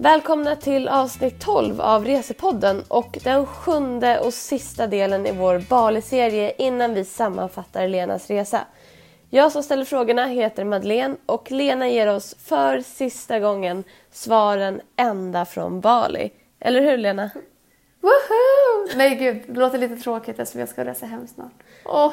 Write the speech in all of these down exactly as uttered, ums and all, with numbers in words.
Välkomna till avsnitt tolv av Resepodden och den sjunde och sista delen i vår Bali-serie innan vi sammanfattar Lenas resa. Jag som ställer frågorna heter Madeleine och Lena ger oss för sista gången svaren ända från Bali. Eller hur, Lena? Woohoo! Nej gud, det låter lite tråkigt eftersom jag ska resa hem snart. Oh.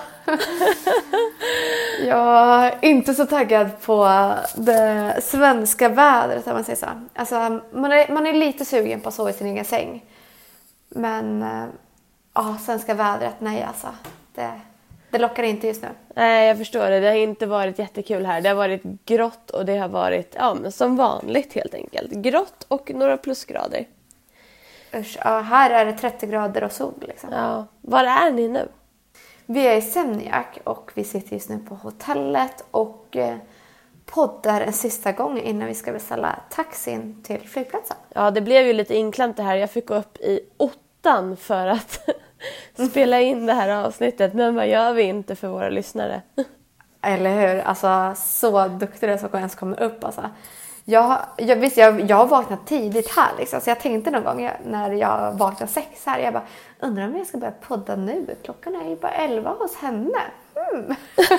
Jag är inte så taggad på det svenska vädret om man säger så. Alltså, man, är, man är lite sugen på att sova i sin egen säng. Men ja, svenska vädret, nej alltså. Det, det lockar inte just nu. Nej, jag förstår det. Det har inte varit jättekul här. Det har varit grått och det har varit ja, men som vanligt helt enkelt. Grått och några plusgrader. Usch, ja, här är det trettio grader och sol liksom. Ja, var är ni nu? Vi är i Seminyak och vi sitter just nu på hotellet och eh, poddar en sista gång innan vi ska beställa taxin till flygplatsen. Ja, det blev ju lite inklämt det här. Jag fick gå upp i åttan för att spela in det här avsnittet. Men vad gör vi inte för våra lyssnare? Eller hur? Alltså, så duktig det är som ens kommer upp alltså. Jag, jag, visst, jag, jag har vaknat tidigt här liksom, så jag tänkte någon gång jag, när jag vaknade sex här, jag bara, undrar om jag ska börja podda nu, klockan är ju bara elva hos henne. Mm.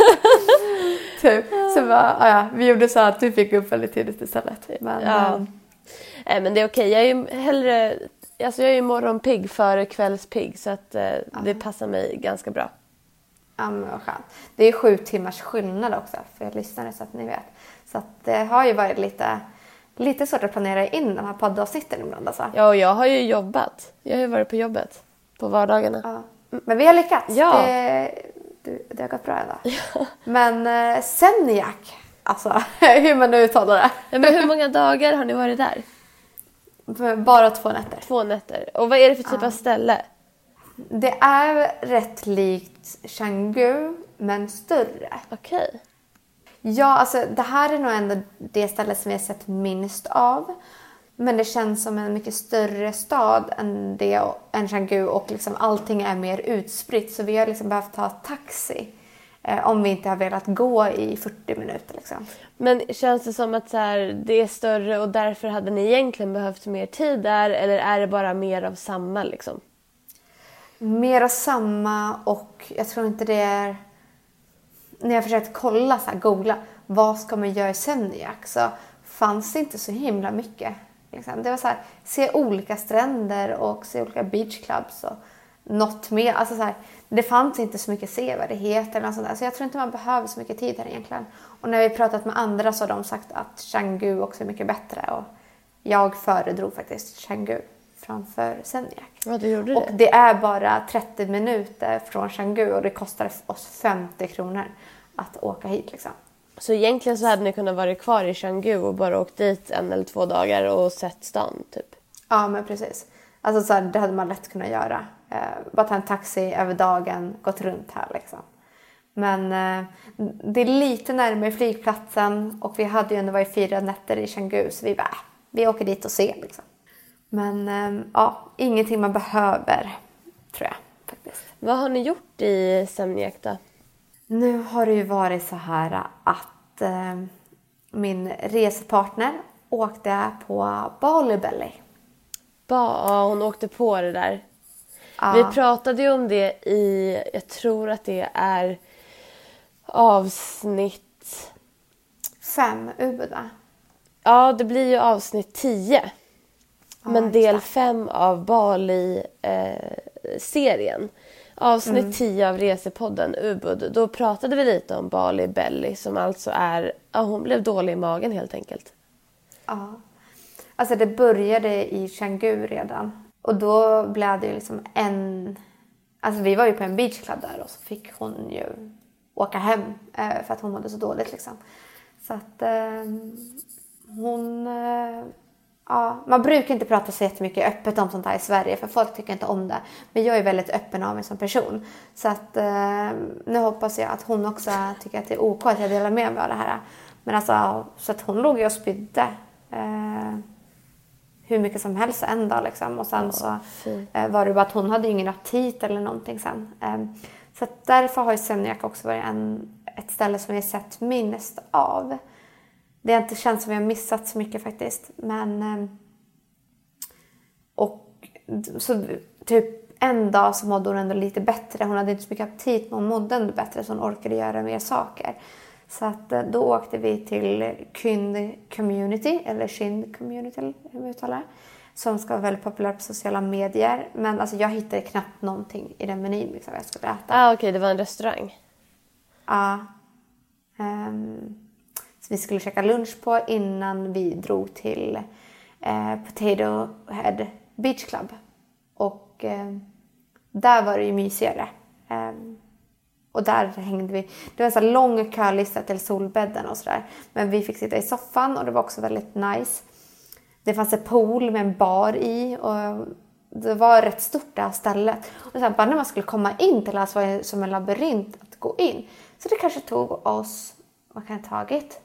typ. Så bara, ja, vi gjorde så att du fick upp väldigt tidigt istället. Men, ja. ähm, Nej, men det är okej, jag är ju hellre, alltså jag är ju morgonpigg före kvällspigg så att eh, det passar mig ganska bra. Ja, men vad skönt. Det är sju timmars skillnad också för jag lyssnar så att ni vet. Så att det har ju varit lite, lite svårt att planera in de här poddavsnitten ibland. Alltså. Ja, och jag har ju jobbat. Jag har ju varit på jobbet på vardagarna. Ja. Men vi har lyckats. Ja. Det, det, det har gått bra ändå. Ja. Men eh, Seminyak, alltså hur man nu uttalar det. Ja, men hur många dagar har ni varit där? Bara två nätter. Två nätter. Och vad är det för typ ja. av ställe? Det är rätt likt Canggu, men större. Okej. Okay. Ja, alltså det här är nog ändå det stället som vi har sett minst av. Men det känns som en mycket större stad än, det, än Canggu och liksom allting är mer utspritt. Så vi har liksom behövt ta taxi eh, om vi inte har velat gå i fyrtio minuter. Liksom. Men känns det som att så här, det är större och därför hade ni egentligen behövt mer tid där? Eller är det bara mer av samma liksom? Mer av samma och jag tror inte det är... När jag försökte kolla, så här, googla, vad ska man göra i Seminyak, så fanns det inte så himla mycket. Liksom. Det var så här, se olika stränder och se olika beachclubs och något mer. Alltså så här, det fanns inte så mycket sevärdheter eller något sånt där. Så jag tror inte man behöver så mycket tid här egentligen. Och när vi pratat med andra så har de sagt att Canggu också är mycket bättre. Och jag föredrog faktiskt Canggu framför Seminyak. Ja, du gjorde det. Och det är bara trettio minuter från Canggu och det kostar oss femtio kronor att åka hit liksom. Så egentligen så hade ni kunnat vara kvar i Canggu och bara åkt dit en eller två dagar och sett stan typ? Ja, men precis. Alltså så här, det hade man lätt kunnat göra. Eh, bara ta en taxi över dagen, gått runt här liksom. Men eh, det är lite närmare flygplatsen och vi hade ju ändå varit fyra nätter i Canggu så vi bara, äh, vi åker dit och ser liksom. Men eh, ja, ingenting man behöver, tror jag faktiskt. Vad har ni gjort i Seminyak då? Nu har det ju varit så här att eh, min resepartner åkte på Bali Belly. Ba, ja, hon åkte på det där. Ja. Vi pratade ju om det i, jag tror att det är avsnitt... Fem, Ubud va? Ja, det blir ju avsnitt tio. Ja, men del fem av Bali-serien. Eh, avsnitt mm. tio av Resepodden, Ubud. Då pratade vi lite om Bali Belly som alltså är... Ja, hon blev dålig i magen helt enkelt. Ja. Alltså det började i Canggu redan. Och då blev det ju liksom en... Alltså vi var ju på en beachclub där och så fick hon ju åka hem eh, för att hon mådde så dåligt liksom. Så att eh, hon... Eh, ja, man brukar inte prata så jättemycket öppet om sånt här i Sverige för folk tycker inte om det. Men jag är väldigt öppen av mig som person. Så att eh, nu hoppas jag att hon också tycker att det är ok att jag delar med mig av det här. Men alltså, så att hon låg ju och spydde. Eh, hur mycket som helst en dag liksom. Och sen så eh, var det bara att hon hade ingen aptit eller någonting sen. Eh, så att därför har ju Seminyak också varit en, ett ställe som vi har sett minst av. Det har inte känts som vi har missat så mycket faktiskt. Men eh, Och så typ en dag så mådde hon ändå lite bättre. Hon hade inte så mycket aptit, men hon mådde ändå bättre så hon orkade göra mer saker. Så att då åkte vi till Kind Community, eller Kind Community, hur man uttalar det, som ska vara väldigt populär på sociala medier. Men alltså jag hittade knappt någonting i den menyn liksom, jag skulle äta. Ah, okej, okay, det var en restaurang. Ja. Um, så vi skulle käka lunch på innan vi drog till eh, Potato Head Beach Club. Och eh, där var det ju mysigare. Um, och där hängde vi. Det var en sån lång kölista till solbädden och sådär. Men vi fick sitta i soffan och det var också väldigt nice. Det fanns en pool med en bar i och det var rätt stort det här stället. Och så här, bara när man skulle komma in till det så var det som en labyrint att gå in. Så det kanske tog oss, vad kan det ha tagit?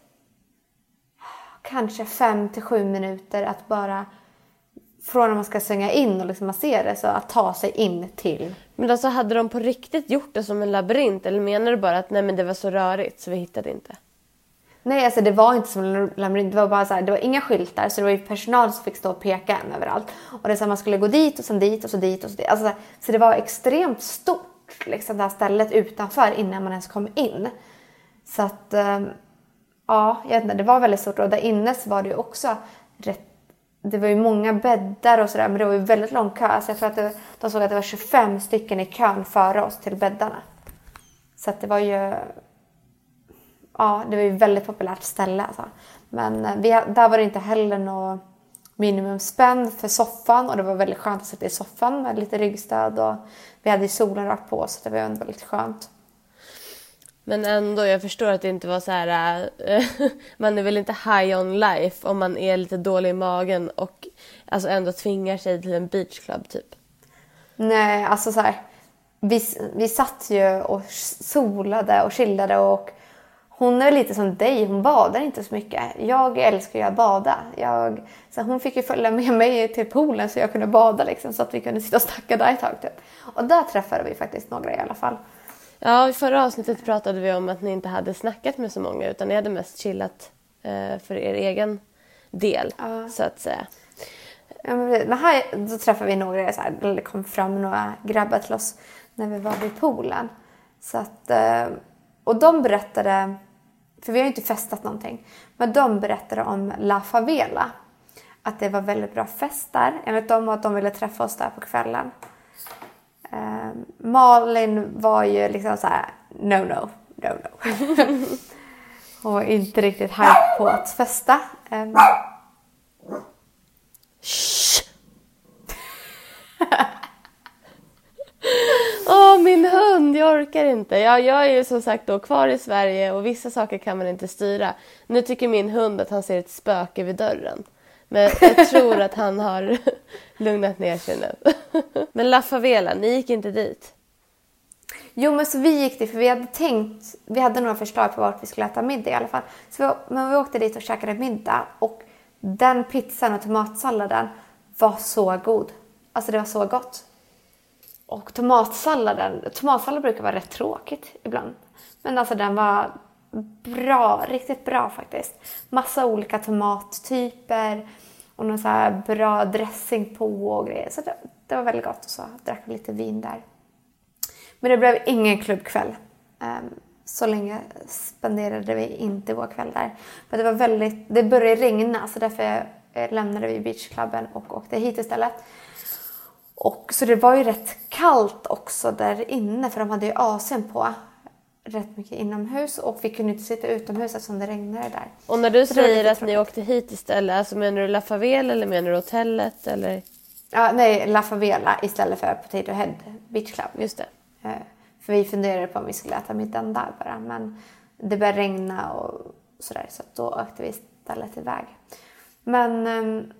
Kanske fem till sju minuter att bara, från när man ska svänga in och liksom massera, så att ta sig in till. Men alltså hade de på riktigt gjort det som en labyrint? Eller menar du bara att nej men det var så rörigt så vi hittade inte? Nej, alltså det var inte som en labyrint. Det var bara så här, det var inga skyltar. Så det var ju personal som fick stå och peka en överallt. Och det är så här, man skulle gå dit och sen dit och så dit och så dit. Alltså, så, så det var extremt stort, liksom, det här stället utanför innan man ens kom in. Så att, um, ja, jag vet inte, det var väldigt stort. Och där inne så var det ju också rätt, det var ju många bäddar och sådär. Men det var ju väldigt lång kö. Alltså jag tror att det, de såg att det var tjugofem stycken i kön före oss till bäddarna. Så att det var ju... Ja, det var ju ett väldigt populärt ställe. Alltså. Men vi, där var det inte heller något minimumspänn för soffan. Och det var väldigt skönt att sitta i soffan med lite ryggstöd. Och vi hade solen rakt på så det var ändå väldigt skönt. Men ändå, jag förstår att det inte var så här... Äh, man är väl inte high on life om man är lite dålig i magen. Och alltså ändå tvingar sig till en beachclub typ. Nej, alltså så här. Vi, vi satt ju och solade och chillade och... Hon är lite som dig, hon badar inte så mycket. Jag älskar ju att bada. Jag, så hon fick ju följa med mig till poolen så jag kunde bada liksom, så att vi kunde sitta och snacka där ett tag typ. Och där träffade vi faktiskt några i alla fall. Ja, i förra avsnittet pratade vi om att ni inte hade snackat med så många utan ni hade mest chillat eh, för er egen del, ja. Så att säga. Ja, men här då träffade vi några, så här, det kom fram några grabbar till oss när vi var vid poolen. Så att, och de berättade... För vi har ju inte festat någonting. Men de berättade om La Favela. Att det var väldigt bra fest där. Enligt dem att de ville träffa oss där på kvällen. Eh, Malin var ju liksom så här: no, no, no, no. Hon var inte riktigt hype på att festa. Eh. Åh, oh, min hund, jag orkar inte. Ja, jag är ju som sagt då kvar i Sverige och vissa saker kan man inte styra. Nu tycker min hund att han ser ett spöke vid dörren. Men jag tror att han har lugnat ner sig nu. Men La Favela, ni gick inte dit? Jo, men så vi gick dit för vi hade tänkt, vi hade några förslag på vart vi skulle äta middag i alla fall. Så vi, men vi åkte dit och käkade middag och den pizzan och tomatsalladen var så god. Alltså det var så gott. Och tomatsalladen, tomatsallad brukar vara rätt tråkigt ibland. Men alltså den var bra, riktigt bra faktiskt. Massa olika tomattyper och någon så här bra dressing på och grejer. Så det, det var väldigt gott och så drack vi lite vin där. Men det blev ingen klubbkväll. Så länge spenderade vi inte vår kväll där. Men det var väldigt, det började regna så därför lämnade vi beachklubben och åkte hit istället. Och så det var ju rätt kallt också där inne för de hade ju A C:n på rätt mycket inomhus och vi kunde inte sitta utomhus eftersom det regnade där. Och när du så säger att ni åkte hit istället, alltså menar du La Favela eller menar du hotellet eller? Ja, nej, La Favela istället för Potato Head Beach Club. Just det. För vi funderade på om vi skulle äta middagen där bara, men det började regna och sådär så att då åkte vi istället iväg. Men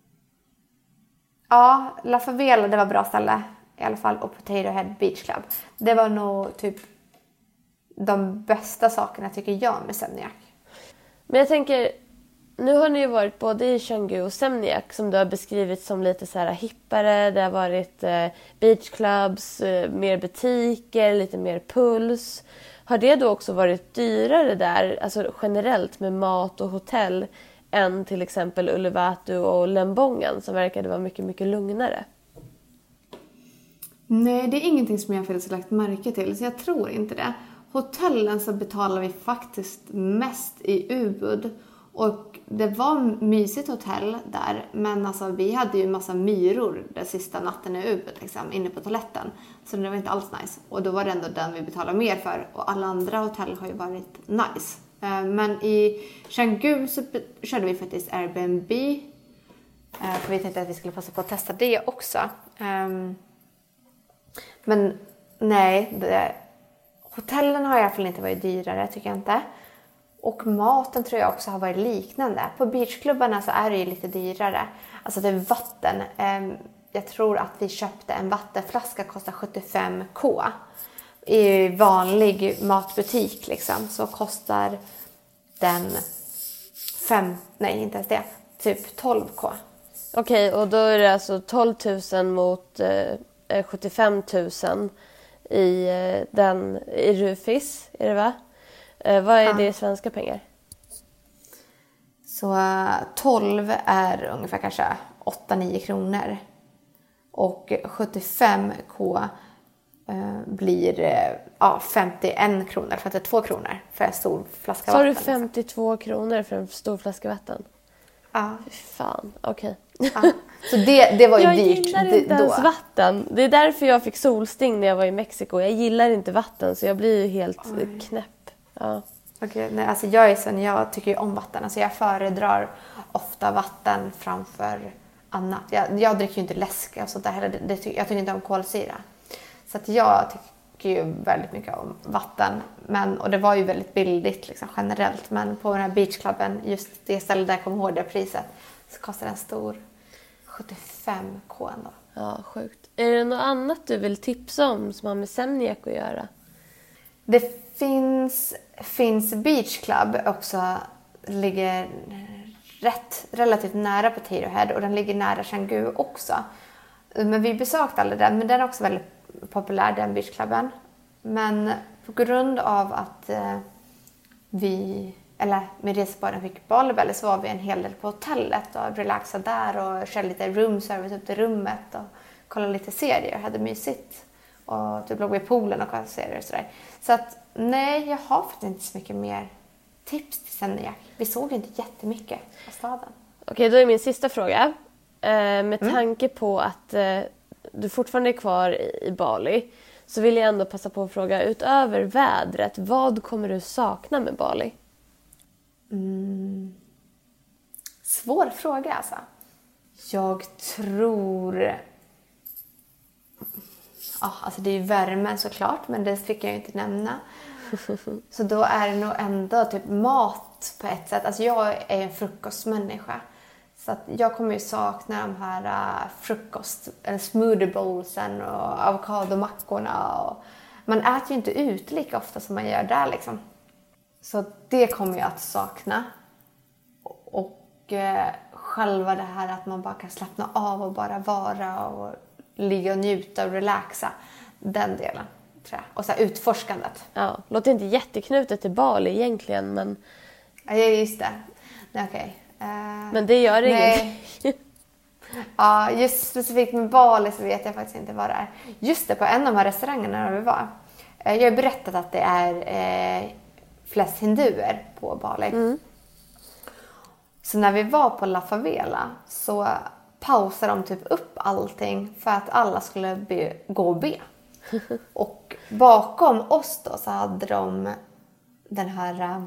ja, La Favela, det var bra ställe i alla fall, och Potato Head Beach Club. Det var nog typ de bästa sakerna tycker jag med Seminyak. Men jag tänker, nu har ni ju varit både i Canggu och Seminyak som du har beskrivit som lite så här hippare. Det har varit eh, beachclubs, eh, mer butiker, lite mer puls. Har det då också varit dyrare där, alltså generellt med mat och hotell, än till exempel Uluwatu och Lembongan som verkade vara mycket, mycket lugnare? Nej, det är ingenting som jag faktiskt lagt märke till, så jag tror inte det. Hotellen så betalar vi faktiskt mest i Ubud. Och det var mysigt hotell där, men alltså vi hade ju massa myror den sista natten i Ubud liksom, inne på toaletten. Så det var inte alls nice. Och då var det ändå den vi betalade mer för. Och alla andra hotell har ju varit nice. Men i Canggu så körde vi faktiskt Airbnb. För vi tänkte att vi skulle passa på att testa det också. Men nej, det, hotellen har i alla fall inte varit dyrare, tycker jag inte. Och maten tror jag också har varit liknande. På beachklubbarna så är det ju lite dyrare. Alltså det är vatten. Jag tror att vi köpte en vattenflaska kostar sjuttiofem k. I vanlig matbutik liksom så kostar den fem, nej inte ens det, typ tolv k. Okej, och då är det alltså tolv tusen mot eh, sjuttiofem tusen i eh, den i Rufis, är det va? Eh, vad är ja. det i svenska pengar? Så tolv är ungefär kanske åtta nio kronor. Och sjuttiofem k eh, blir eh, ja, femtioen kronor, femtiotvå kronor för en stor flaska vatten. Så har du femtiotvå liksom. kronor för en stor flaska vatten? Ja. Fy fan, okej. Okay. Ja. Så det, det var ju jag dyrt. Jag gillar inte då. ens vatten. Det är därför jag fick solsting när jag var i Mexiko. Jag gillar inte vatten så jag blir ju helt Oj. knäpp. Ja. Okay, nej, alltså jag är sån, jag tycker ju om vatten. Alltså jag föredrar ofta vatten framför annat. Jag, jag dricker ju inte läsk och sånt där heller. Det, det, jag tycker inte om kolsyra. Så att jag tycker ju väldigt mycket om vatten. Men, och det var ju väldigt billigt liksom, generellt. Men på den här beachklubben, just det stället där jag kommer ihåg det priset, så kostar en stor sjuttiofem k ändå. Ja, sjukt. Är det något annat du vill tipsa om som har med Seminyak att göra? Det finns, finns Beach Club också, ligger rätt, relativt nära på Tirohead och den ligger nära Canggu också. Men vi besökte aldrig den, men den är också väldigt populär, den beachklubben. Men på grund av att eh, vi, eller med resebaren fick Balibelly, så var vi en hel del på hotellet och relaxade där och körde lite room service upp till rummet och kollade lite serier, hade mysigt. Och typ låg vid poolen och kollade serier och sådär. Så att nej, jag har faktiskt inte så mycket mer tips till Seminyak. Vi såg inte jättemycket av staden. Okej, då är min sista fråga. Eh, med mm. tanke på att eh, du fortfarande är kvar i, i Bali, så vill jag ändå passa på att fråga, utöver vädret, vad kommer du sakna med Bali? Mm. Svår fråga alltså. Jag tror... Ja, alltså det är ju värmen såklart, men det fick jag ju inte nämna. Så då är det nog ändå typ mat på ett sätt. Alltså jag är en frukostmänniska. Så att jag kommer ju sakna de här uh, frukost, eller smoothie bowlsen och avokadomackorna. Och man äter ju inte ut lika ofta som man gör där liksom. Så det kommer jag att sakna. Och uh, själva det här att man bara kan slappna av och bara vara och ligga och njuta och relaxa. Den delen, tror jag. Och så här utforskandet. Ja, låter inte jätteknutet till Bali egentligen, men... Ja, just det. Nej, okej. Okay. Uh, men det gör ingenting. Ja, just specifikt med Bali så vet jag faktiskt inte vad det är. Just det, på en av de här restaurangerna där vi var. Uh, jag har berättat att det är uh, flest hinduer på Bali. Mm. Så när vi var på La Favela så pausade de typ upp allting för att alla skulle be, gå och be. Och bakom oss då så hade de den här...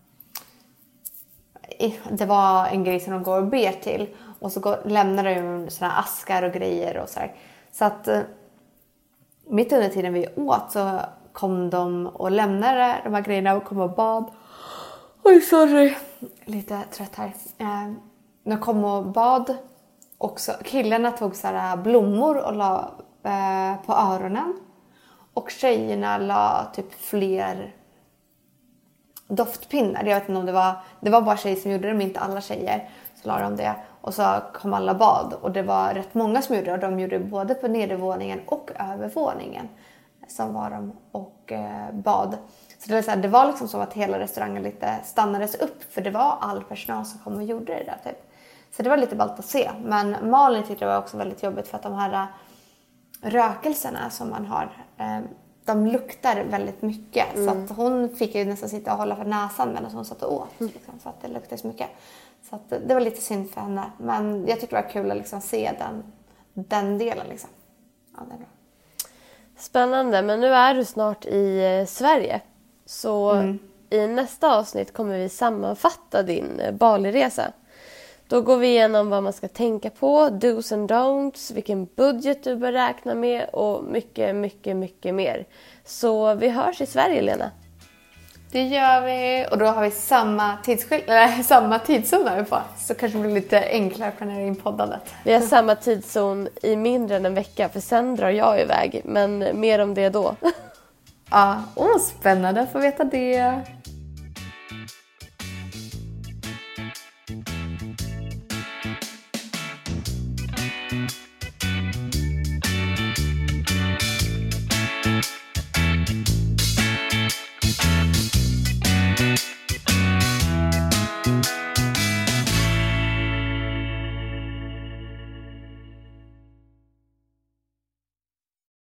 Det var en grej som de går och ber till. Och så går, lämnar de såna här askar och grejer och så här. Så att mitt under tiden vi åt så kom de och lämnade de här grejerna och kom och bad. Oj, sorry. Lite trött här. Eh, de kom och bad. Och så, killarna tog så här blommor och la eh, på öronen. Och tjejerna la typ fler doftpinnar. Jag vet inte om det var... Det var bara tjejer som gjorde det, men inte alla tjejer. Så la de det. Och så kom alla bad. Och det var rätt många som gjorde det. Och de gjorde det både på nedervåningen och övervåningen. Som var de och eh, bad. Så det var, så här, det var liksom så att hela restaurangen lite stannades upp. För det var all personal som kom och gjorde det där typ. Så det var lite ballt att se. Men Malin tyckte det var också väldigt jobbigt för att de här rökelserna som man har, de luktar väldigt mycket. Mm. Så att hon fick ju nästan sitta och hålla för näsan medan hon satt och åt. Mm. Liksom, för att det luktade så mycket. Så att det var lite synd för henne. Men jag tyckte det var kul att liksom se den, den delen. Liksom. Ja, det är bra. Spännande, men nu är du snart i Sverige. Så mm. i nästa avsnitt kommer vi sammanfatta din Bali-resa. Då går vi igenom vad man ska tänka på, do's and don'ts, vilken budget du bör räkna med och mycket, mycket, mycket mer. Så vi hörs i Sverige, Lena. Det gör vi, och då har vi samma, tidsskill- eller, samma tidszon här på. Så kanske det blir lite enklare att planera in poddandet. Vi har samma tidszon i mindre än en vecka, för sen drar jag iväg. Men mer om det då. Ja, åh, spännande att få veta det.